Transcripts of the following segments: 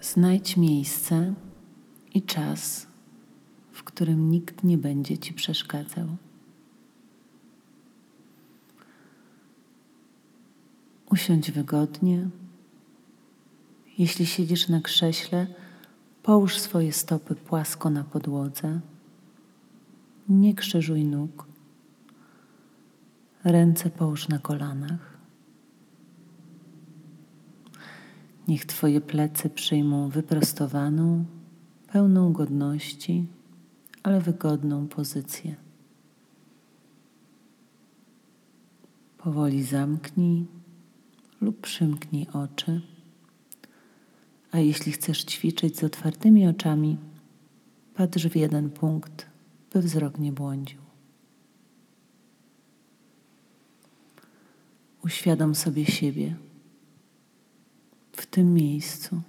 Znajdź miejsce i czas, w którym nikt nie będzie Ci przeszkadzał. Usiądź wygodnie. Jeśli siedzisz na krześle, połóż swoje stopy płasko na podłodze. Nie krzyżuj nóg. Ręce połóż na kolanach. Niech Twoje plecy przyjmą wyprostowaną, pełną godności, ale wygodną pozycję. Powoli zamknij lub przymknij oczy, a jeśli chcesz ćwiczyć z otwartymi oczami, patrz w jeden punkt, by wzrok nie błądził. Uświadom sobie siebie w tym miejscu,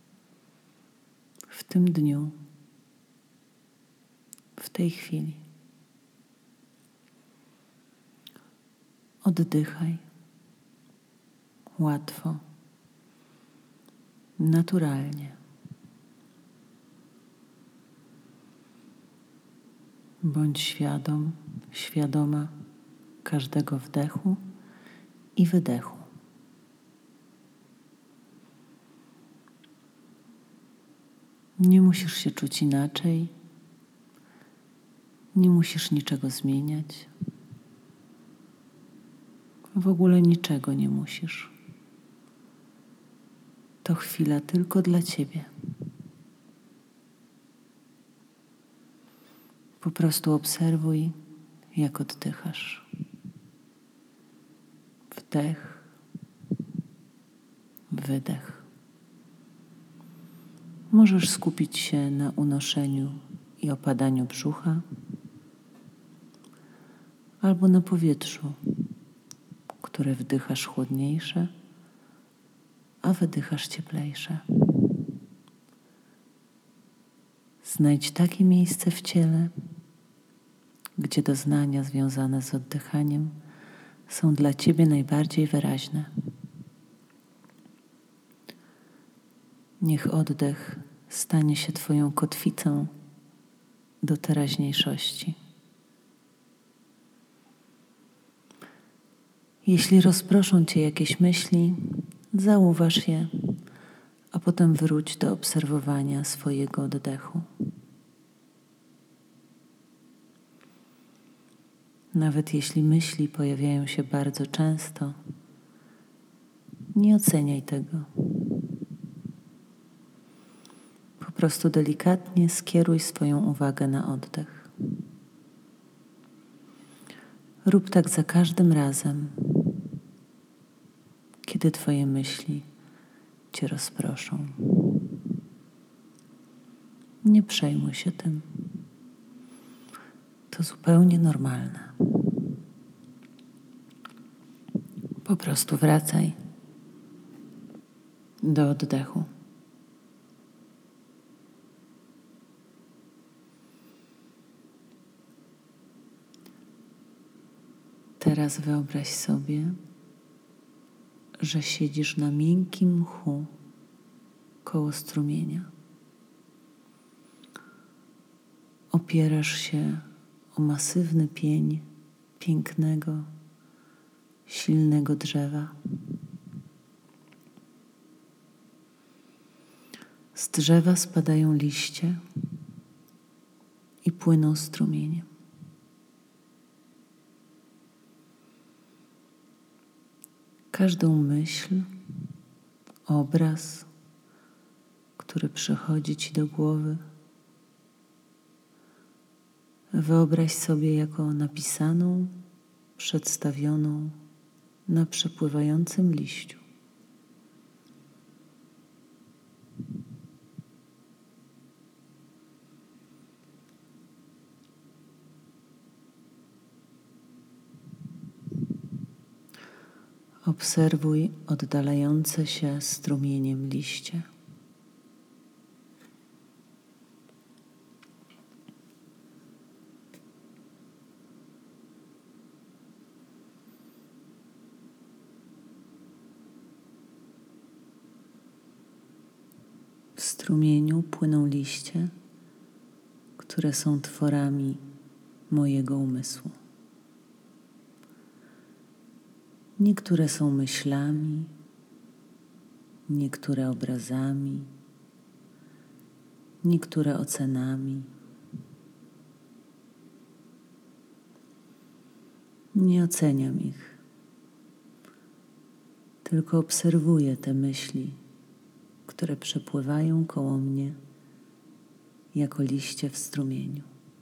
w tym dniu, w tej chwili. Oddychaj łatwo, naturalnie. Bądź świadom, świadoma każdego wdechu i wydechu. Nie musisz się czuć inaczej, nie musisz niczego zmieniać. W ogóle niczego nie musisz. To chwila tylko dla Ciebie. Po prostu obserwuj, jak oddychasz. Wdech, wydech. Możesz skupić się na unoszeniu i opadaniu brzucha albo na powietrzu, które wdychasz chłodniejsze, a wydychasz cieplejsze. Znajdź takie miejsce w ciele, gdzie doznania związane z oddychaniem są dla Ciebie najbardziej wyraźne. Niech oddech stanie się Twoją kotwicą do teraźniejszości. Jeśli rozproszą Cię jakieś myśli, zauważ je, a potem wróć do obserwowania swojego oddechu. Nawet jeśli myśli pojawiają się bardzo często, nie oceniaj tego. Po prostu delikatnie skieruj swoją uwagę na oddech. Rób tak za każdym razem, kiedy Twoje myśli Cię rozproszą. Nie przejmuj się tym. To zupełnie normalne. Po prostu wracaj do oddechu. Teraz wyobraź sobie, że siedzisz na miękkim mchu koło strumienia. Opierasz się o masywny pień pięknego, silnego drzewa. Z drzewa spadają liście i płyną strumieniem. Każdą myśl, obraz, który przychodzi Ci do głowy, wyobraź sobie jako napisaną, przedstawioną na przepływającym liściu. Obserwuj oddalające się strumieniem liście. W strumieniu płyną liście, które są tworami mojego umysłu. Niektóre są myślami, niektóre obrazami, niektóre ocenami. Nie oceniam ich, tylko obserwuję te myśli, które przepływają koło mnie jako liście w strumieniu.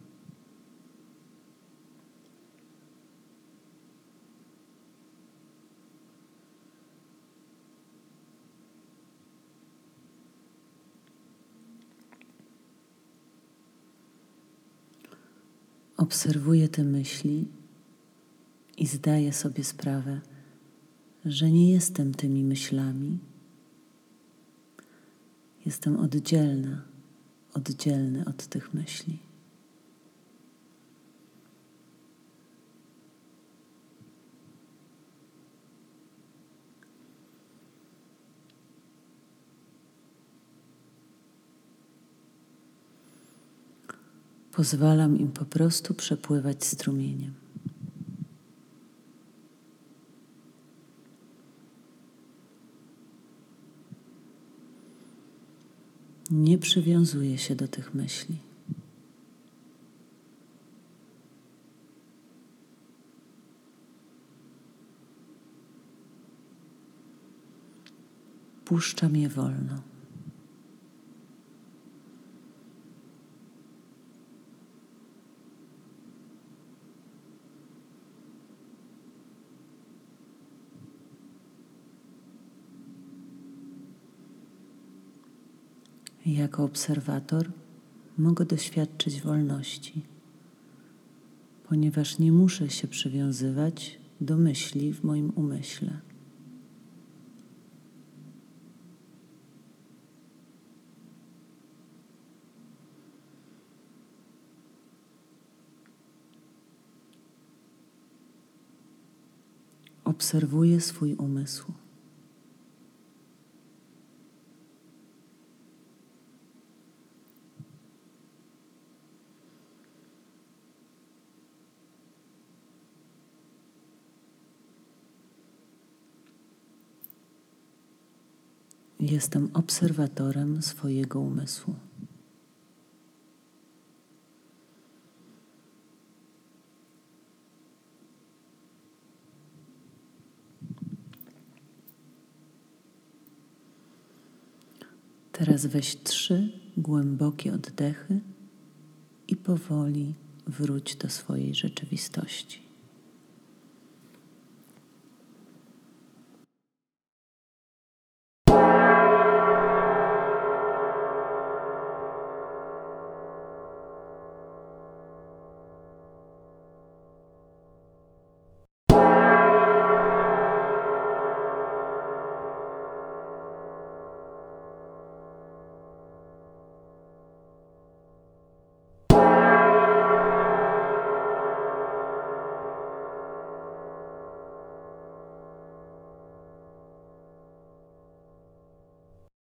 Obserwuję te myśli i zdaję sobie sprawę, że nie jestem tymi myślami. Jestem oddzielny od tych myśli. Pozwalam im po prostu przepływać strumieniem. Nie przywiązuję się do tych myśli. Puszczam je wolno. Jako obserwator mogę doświadczyć wolności, ponieważ nie muszę się przywiązywać do myśli w moim umyśle. Obserwuję swój umysł. Jestem obserwatorem swojego umysłu. Teraz weź 3 głębokie oddechy i powoli wróć do swojej rzeczywistości.